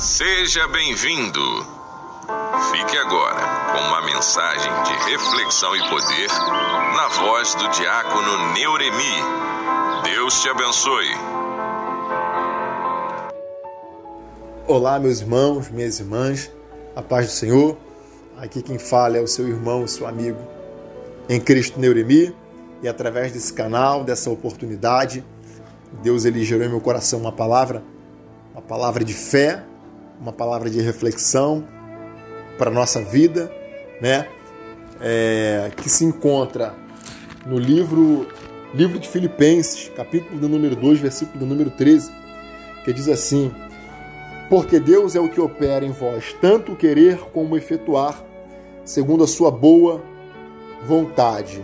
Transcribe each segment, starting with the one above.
Seja bem-vindo. Fique agora com uma mensagem de reflexão e poder na voz do diácono Neuremi. Deus te abençoe. Olá, meus irmãos, minhas irmãs, a paz do Senhor. Aqui quem fala é o seu irmão, seu amigo em Cristo Neuremi. E através desse canal, dessa oportunidade, Deus ele gerou em meu coração uma palavra de fé, uma palavra de reflexão para a nossa vida, né? Que se encontra no livro de Filipenses, capítulo do número 2, versículo do número 13, que diz assim: porque Deus é o que opera em vós, tanto o querer como o efetuar, segundo a sua boa vontade.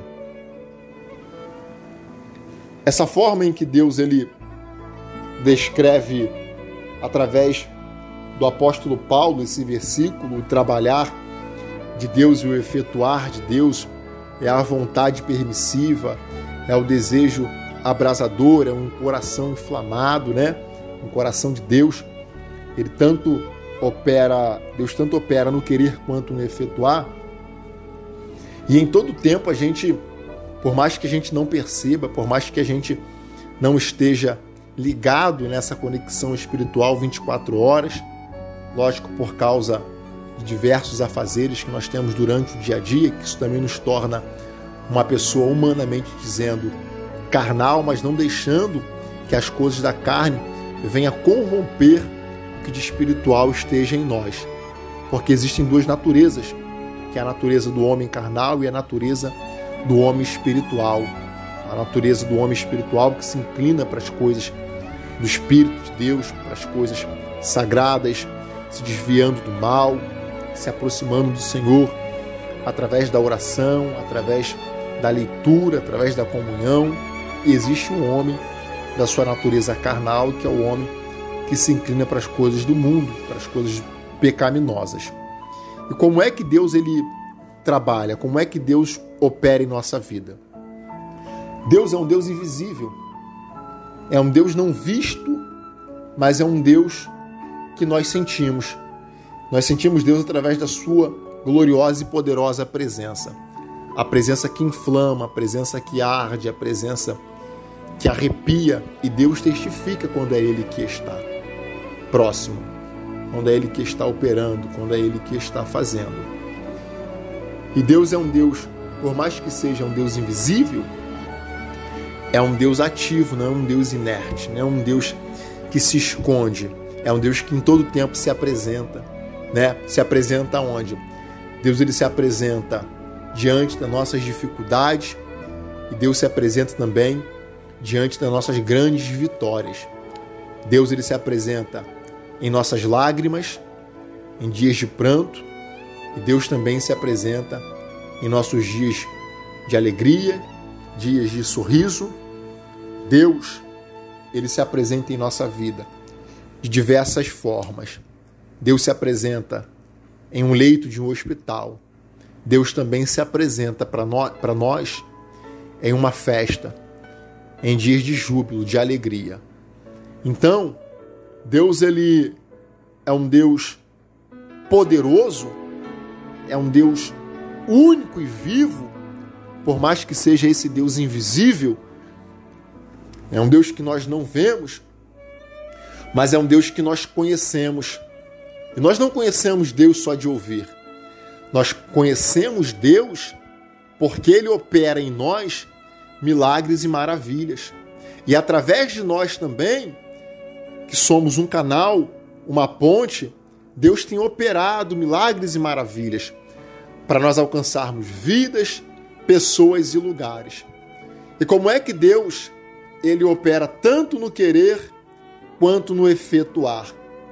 Essa forma em que Deus ele descreve através do apóstolo Paulo esse versículo, o trabalhar de Deus e o efetuar de Deus, é a vontade permissiva, é o desejo abrasador, é um coração inflamado, né? Um coração de Deus. Deus tanto opera no querer quanto no efetuar. E em todo tempo a gente, por mais que a gente não perceba, por mais que a gente não esteja ligado nessa conexão espiritual 24 horas, lógico, por causa de diversos afazeres que nós temos durante o dia a dia, que isso também nos torna uma pessoa, humanamente dizendo, carnal, mas não deixando que as coisas da carne venham corromper o que de espiritual esteja em nós. Porque existem duas naturezas, que é a natureza do homem carnal e a natureza do homem espiritual. A natureza do homem espiritual que se inclina para as coisas do Espírito de Deus, para as coisas sagradas, se desviando do mal, se aproximando do Senhor através da oração, através da leitura, através da comunhão. E existe um homem da sua natureza carnal, que é o homem que se inclina para as coisas do mundo, para as coisas pecaminosas. E como é que Deus ele trabalha? Como é que Deus opera em nossa vida? Deus é um Deus invisível. É um Deus não visto, mas é um Deus que nós sentimos. Nós sentimos Deus através da sua gloriosa e poderosa presença. A presença que inflama, a presença que arde, a presença que arrepia. E Deus testifica quando é Ele que está próximo, quando é Ele que está operando, quando é Ele que está fazendo. E Deus é um Deus, por mais que seja um Deus invisível, é um Deus ativo, não é um Deus inerte, não é um Deus que se esconde, é um Deus que em todo tempo se apresenta, né? Se apresenta onde? Deus ele se apresenta diante das nossas dificuldades e Deus se apresenta também diante das nossas grandes vitórias. Deus ele se apresenta em nossas lágrimas, em dias de pranto, e Deus também se apresenta em nossos dias de alegria, dias de sorriso. Deus, ele se apresenta em nossa vida de diversas formas. Deus se apresenta em um leito de um hospital. Deus também se apresenta para nós em uma festa, em dias de júbilo, de alegria. Então, Deus ele é um Deus poderoso, é um Deus único e vivo, por mais que seja esse Deus invisível, é um Deus que nós não vemos, mas é um Deus que nós conhecemos. E nós não conhecemos Deus só de ouvir. Nós conhecemos Deus porque Ele opera em nós milagres e maravilhas. E através de nós também, que somos um canal, uma ponte, Deus tem operado milagres e maravilhas para nós alcançarmos vidas, pessoas e lugares. E como é que Deus ele opera tanto no querer quanto no efetuar?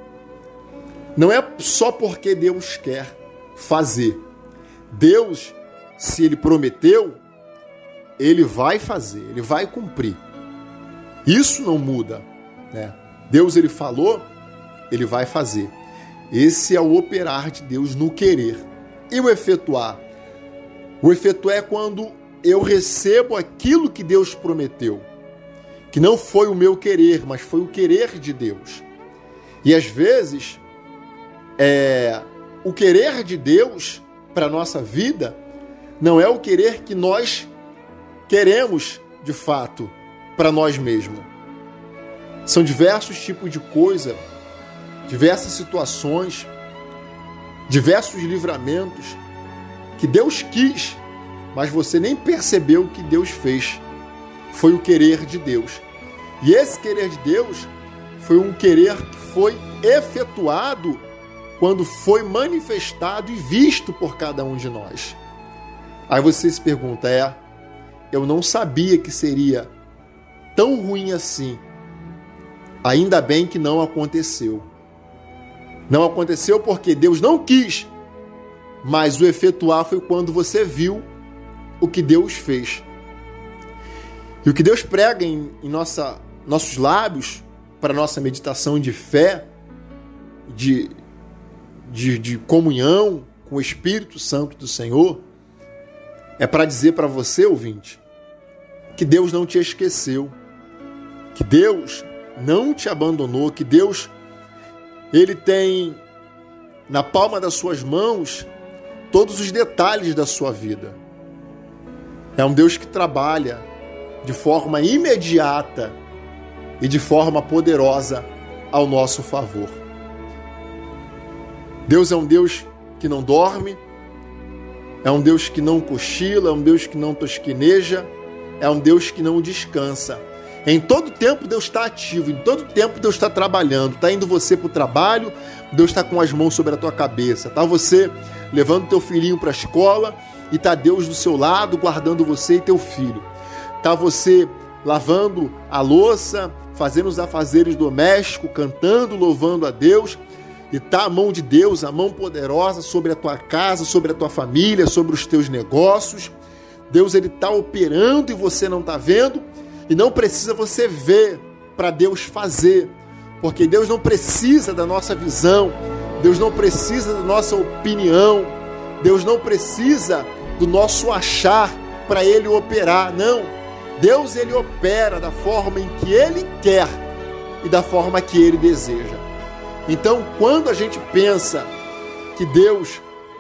Não é só porque Deus quer fazer. Deus, se Ele prometeu, Ele vai fazer, Ele vai cumprir. Isso não muda, né? Deus, Ele falou, Ele vai fazer. Esse é o operar de Deus no querer. E o efetuar? O efetuar é quando eu recebo aquilo que Deus prometeu. Que não foi o meu querer, mas foi o querer de Deus. E às vezes o querer de Deus para a nossa vida não é o querer que nós queremos de fato para nós mesmos. São diversos tipos de coisa, diversas situações, diversos livramentos que Deus quis, mas você nem percebeu o que Deus fez. Foi o querer de Deus. E esse querer de Deus foi um querer que foi efetuado quando foi manifestado e visto por cada um de nós. Aí você se pergunta, eu não sabia que seria tão ruim assim. Ainda bem que não aconteceu. Não aconteceu porque Deus não quis, mas o efetuar foi quando você viu o que Deus fez. E o que Deus prega em nossos lábios para nossa meditação de fé, de comunhão com o Espírito Santo do Senhor, é para dizer para você, ouvinte, que Deus não te esqueceu, que Deus não te abandonou, que Deus, Ele tem na palma das suas mãos todos os detalhes da sua vida. É um Deus que trabalha de forma imediata e de forma poderosa ao nosso favor. Deus é um Deus que não dorme, é um Deus que não cochila, é um Deus que não tosqueneja, é um Deus que não descansa. Em todo tempo Deus está ativo, em todo tempo Deus está trabalhando. Está indo você para o trabalho, Deus está com as mãos sobre a tua cabeça. Está você levando teu filhinho para a escola e está Deus do seu lado guardando você e teu filho. Está você lavando a louça, fazendo os afazeres domésticos, cantando, louvando a Deus. E está a mão de Deus, a mão poderosa sobre a tua casa, sobre a tua família, sobre os teus negócios. Deus ele está operando e você não está vendo. E não precisa você ver para Deus fazer, porque Deus não precisa da nossa visão, Deus não precisa da nossa opinião, Deus não precisa do nosso achar para Ele operar, não. Deus ele opera da forma em que Ele quer e da forma que Ele deseja. Então, quando a gente pensa que Deus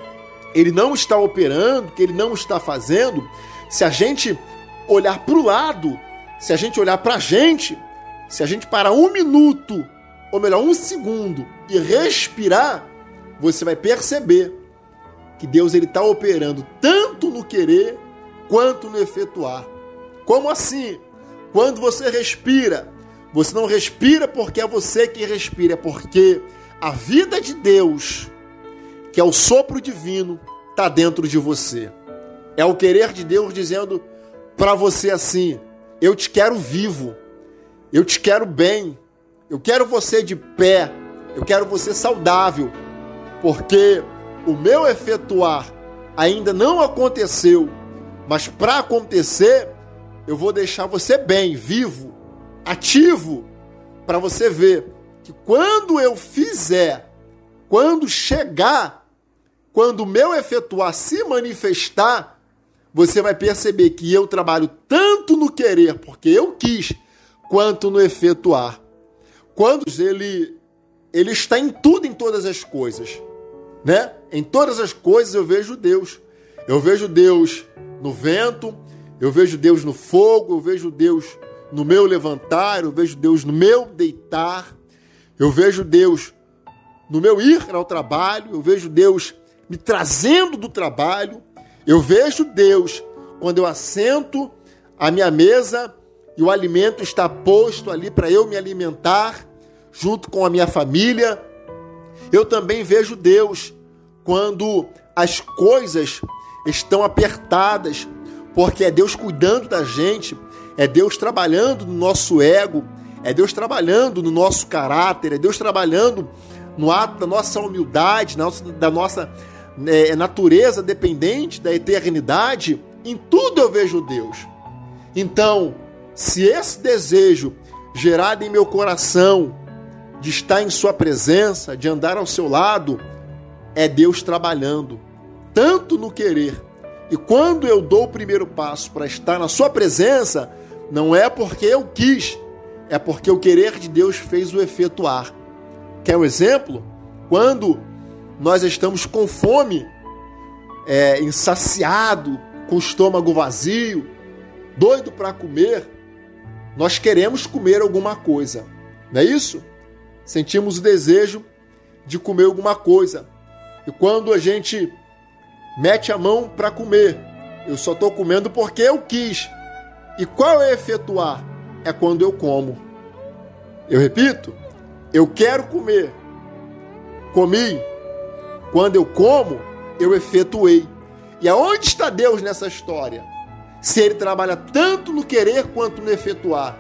ele não está operando, que Ele não está fazendo, se a gente olhar para o lado, se a gente olhar para a gente, se a gente parar 1 minuto, ou melhor, 1 segundo, e respirar, você vai perceber que Deus está operando tanto no querer quanto no efetuar. Como assim? Quando você respira, você não respira porque é você que respira, é porque a vida de Deus, que é o sopro divino, está dentro de você. É o querer de Deus dizendo para você assim: eu te quero vivo, eu te quero bem, eu quero você de pé, eu quero você saudável, porque o meu efetuar ainda não aconteceu, mas para acontecer, eu vou deixar você bem, vivo, ativo, para você ver que quando eu fizer, quando chegar, quando o meu efetuar se manifestar, você vai perceber que eu trabalho tanto no querer, porque eu quis, quanto no efetuar. Quando ele está em tudo, em todas as coisas, né? Em todas as coisas eu vejo Deus. Eu vejo Deus no vento, eu vejo Deus no fogo, eu vejo Deus no meu levantar, eu vejo Deus no meu deitar, eu vejo Deus no meu ir ao trabalho, eu vejo Deus me trazendo do trabalho, eu vejo Deus quando eu assento à minha mesa e o alimento está posto ali para eu me alimentar junto com a minha família. Eu também vejo Deus quando as coisas estão apertadas, porque é Deus cuidando da gente, é Deus trabalhando no nosso ego, é Deus trabalhando no nosso caráter, é Deus trabalhando no ato da nossa humildade, da nossa natureza dependente da eternidade. Em tudo eu vejo Deus. Então, se esse desejo gerado em meu coração de estar em sua presença, de andar ao seu lado, é Deus trabalhando, tanto no querer. E quando eu dou o primeiro passo para estar na sua presença, não é porque eu quis, é porque o querer de Deus fez o efetuar. Quer um exemplo? Quando nós estamos com fome, insaciado, com o estômago vazio, doido para comer, nós queremos comer alguma coisa, não é isso? Sentimos o desejo de comer alguma coisa. E quando a gente mete a mão para comer, eu só estou comendo porque eu quis. E qual é efetuar? É quando eu como. Eu repito, eu quero comer. Comi. Quando eu como, eu efetuei. E aonde está Deus nessa história? Se Ele trabalha tanto no querer quanto no efetuar.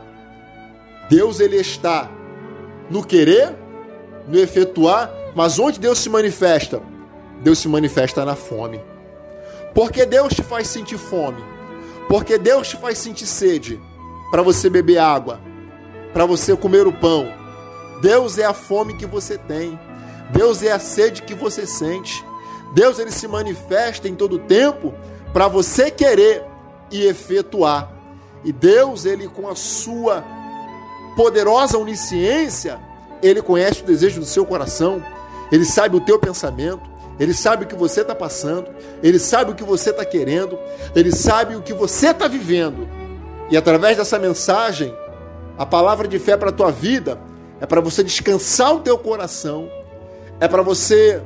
Deus, Ele está no querer, no efetuar, mas onde Deus se manifesta? Deus se manifesta na fome. Porque Deus te faz sentir fome. Porque Deus te faz sentir sede. Para você beber água. Para você comer o pão. Deus é a fome que você tem. Deus é a sede que você sente. Deus, Ele se manifesta em todo tempo para você querer e efetuar. E Deus, Ele com a sua poderosa onisciência, Ele conhece o desejo do seu coração. Ele sabe o teu pensamento. Ele sabe o que você está passando. Ele sabe o que você está querendo. Ele sabe o que você está vivendo. E através dessa mensagem, a palavra de fé para a tua vida é para você descansar o teu coração. É para você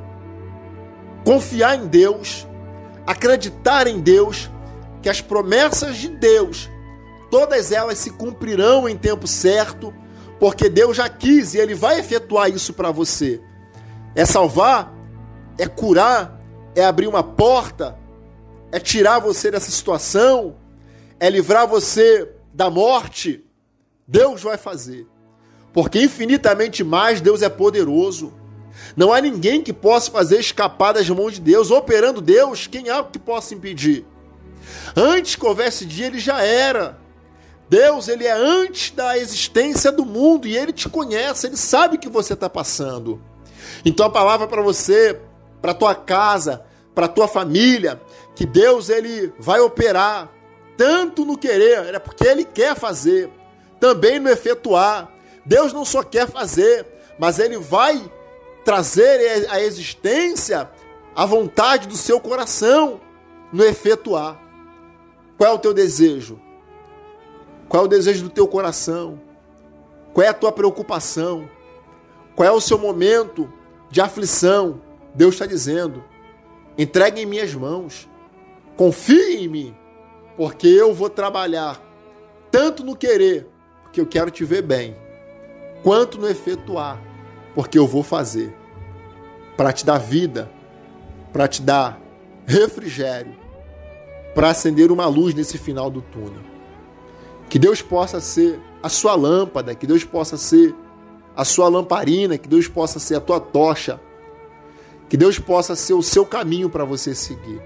confiar em Deus, acreditar em Deus, que as promessas de Deus, todas elas se cumprirão em tempo certo, porque Deus já quis e Ele vai efetuar isso para você. É salvar, é curar, é abrir uma porta, é tirar você dessa situação, é livrar você da morte. Deus vai fazer, porque infinitamente mais Deus é poderoso. Não há ninguém que possa fazer escapar das mãos de Deus. Operando Deus, quem há que possa impedir? Antes que houvesse dia, Ele já era. Deus, Ele é antes da existência do mundo e Ele te conhece, Ele sabe o que você está passando. Então a palavra para você, para tua casa, para tua família, que Deus, Ele vai operar, tanto no querer, é porque Ele quer fazer, também no efetuar. Deus não só quer fazer, mas Ele vai trazer à existência a vontade do seu coração no efetuar. Qual é o teu desejo? Qual é o desejo do teu coração? Qual é a tua preocupação? Qual é o seu momento de aflição? Deus está dizendo, entregue em minhas mãos, confie em mim, porque eu vou trabalhar tanto no querer, porque eu quero te ver bem, quanto no efetuar, porque eu vou fazer, para te dar vida, para te dar refrigério, para acender uma luz nesse final do túnel. Que Deus possa ser a sua lâmpada, que Deus possa ser a sua lamparina, que Deus possa ser a tua tocha, que Deus possa ser o seu caminho para você seguir.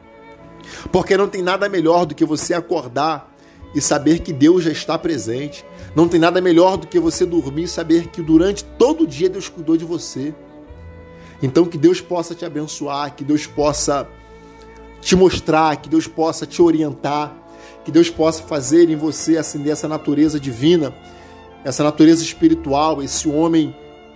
Porque não tem nada melhor do que você acordar e saber que Deus já está presente. Não tem nada melhor do que você dormir e saber que durante todo o dia Deus cuidou de você. Então que Deus possa te abençoar, que Deus possa te mostrar, que Deus possa te orientar, que Deus possa fazer em você acender essa natureza divina, essa natureza espiritual, esse homem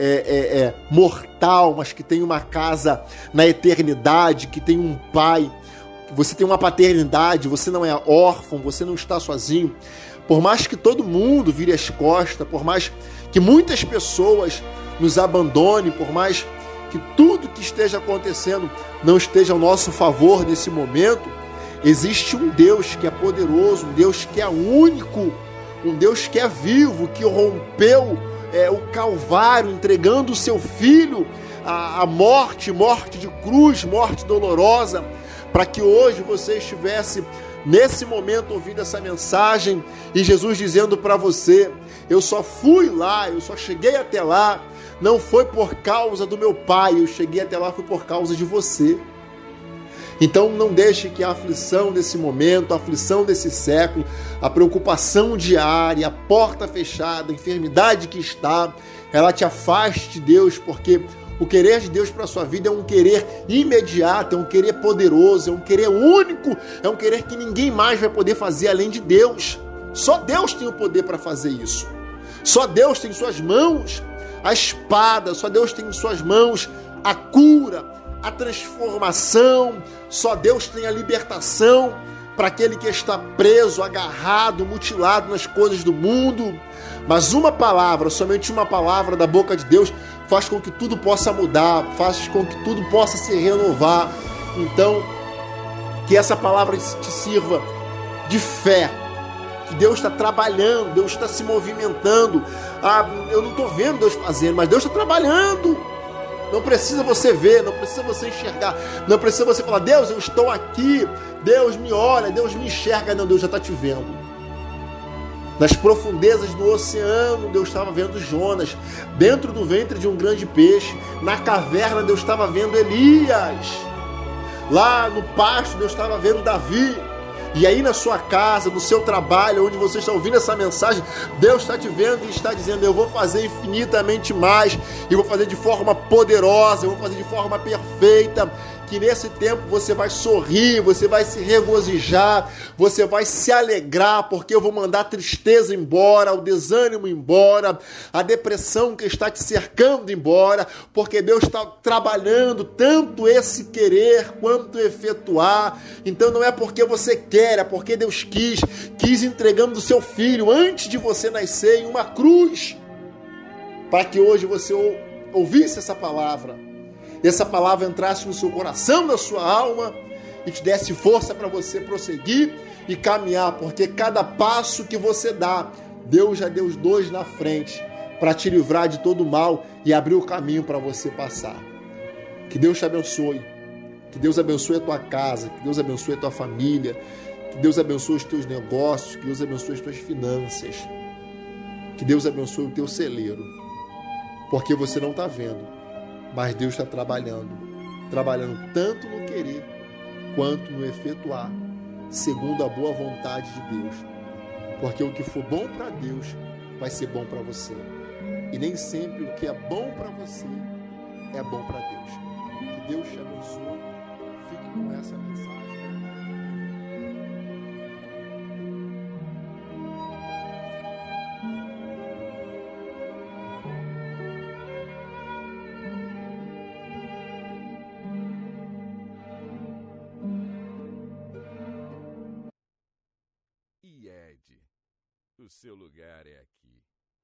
mortal, mas que tem uma casa na eternidade, que tem um pai, que você tem uma paternidade, você não é órfão, você não está sozinho. Por mais que todo mundo vire as costas, por mais que muitas pessoas nos abandonem, por mais que tudo que esteja acontecendo não esteja ao nosso favor nesse momento, existe um Deus que é poderoso, um Deus que é único, um Deus que é vivo, que rompeu o Calvário, entregando o seu Filho à morte de cruz, morte dolorosa, para que hoje você estivesse nesse momento ouvindo essa mensagem e Jesus dizendo para você, eu só fui lá, eu só cheguei até lá, não foi por causa do meu Pai, eu cheguei até lá foi por causa de você. Então não deixe que a aflição desse momento, a aflição desse século, a preocupação diária, a porta fechada, a enfermidade que está, ela te afaste de Deus, porque o querer de Deus para a sua vida é um querer imediato, é um querer poderoso, é um querer único, é um querer que ninguém mais vai poder fazer além de Deus. Só Deus tem o poder para fazer isso. Só Deus tem em suas mãos a espada, só Deus tem em suas mãos a cura, a transformação. Só Deus tem a libertação para aquele que está preso, agarrado, mutilado nas coisas do mundo. Mas uma palavra, somente uma palavra da boca de Deus faz com que tudo possa mudar, faz com que tudo possa se renovar. Então, que essa palavra te sirva de fé, que Deus está trabalhando, Deus está se movimentando. Eu não estou vendo Deus fazendo, mas Deus está trabalhando. Não precisa você ver, não precisa você enxergar, não precisa você falar, Deus, eu estou aqui, Deus me olha, Deus me enxerga. Não, Deus já está te vendo. Nas profundezas do oceano, Deus estava vendo Jonas. Dentro do ventre de um grande peixe, na caverna, Deus estava vendo Elias. Lá no pasto, Deus estava vendo Davi. E aí na sua casa, no seu trabalho, onde você está ouvindo essa mensagem, Deus está te vendo e está dizendo, eu vou fazer infinitamente mais, e vou fazer de forma poderosa, eu vou fazer de forma perfeita. Que nesse tempo você vai sorrir, você vai se regozijar, você vai se alegrar, porque eu vou mandar a tristeza embora, o desânimo embora, a depressão que está te cercando embora, porque Deus está trabalhando tanto esse querer quanto efetuar. Então não é porque você quer, é porque Deus quis entregando o seu filho antes de você nascer em uma cruz, para que hoje você ouvisse essa palavra. E essa palavra entrasse no seu coração, na sua alma, e te desse força para você prosseguir e caminhar, porque cada passo que você dá, Deus já deu os dois na frente para te livrar de todo o mal e abrir o caminho para você passar. Que Deus te abençoe, que Deus abençoe a tua casa, que Deus abençoe a tua família, que Deus abençoe os teus negócios, que Deus abençoe as tuas finanças, que Deus abençoe o teu celeiro, porque você não está vendo, mas Deus está trabalhando tanto no querer quanto no efetuar, segundo a boa vontade de Deus. Porque o que for bom para Deus vai ser bom para você. E nem sempre o que é bom para você é bom para Deus. Que Deus te abençoe. Fique com essa mensagem. O seu lugar é aqui.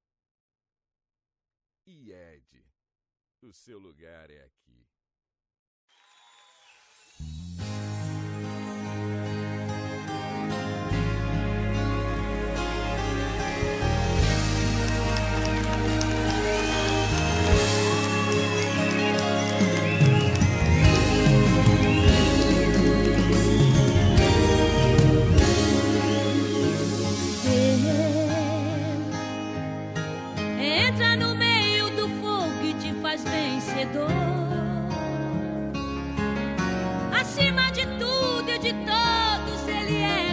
IED, o seu lugar é aqui. Acima de tudo e de todos Ele é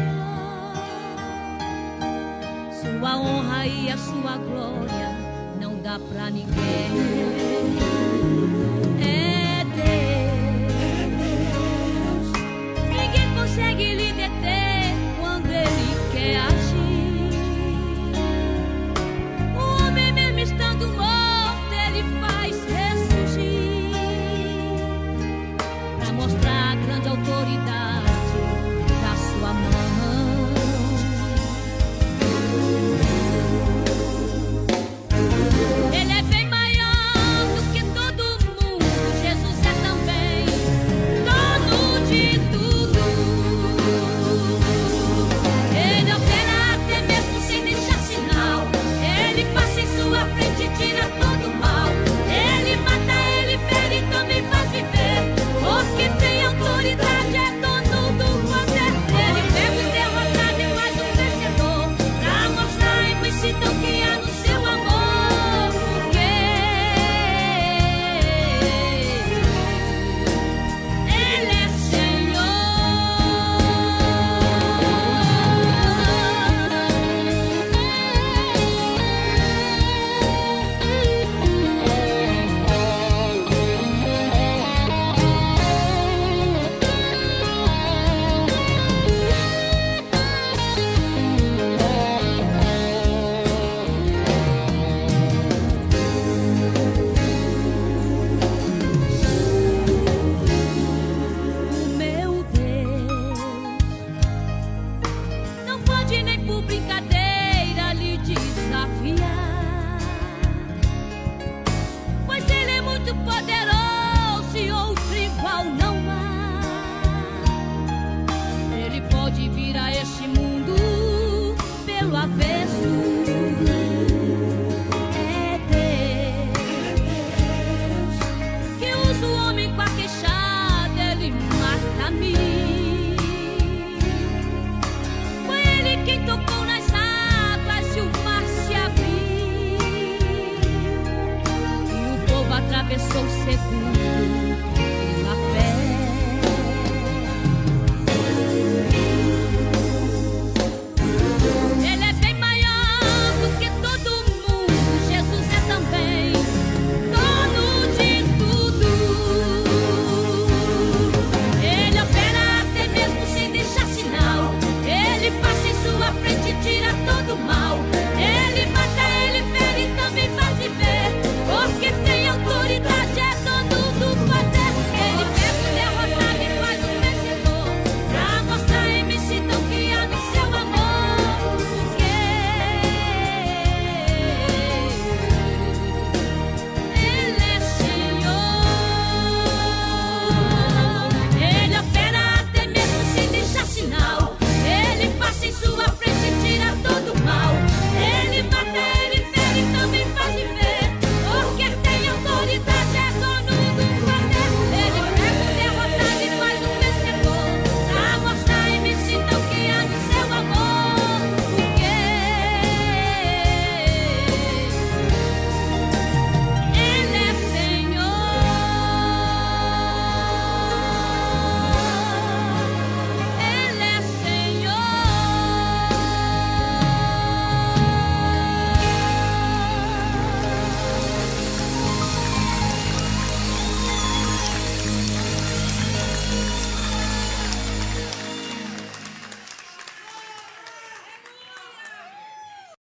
Senhor. Sua honra e a sua glória não dá pra ninguém. É Deus. Ninguém consegue lhe deter quando Ele quer agir. O homem mesmo estando morto Ele faz ressurgir, pra mostrar a grande autoridade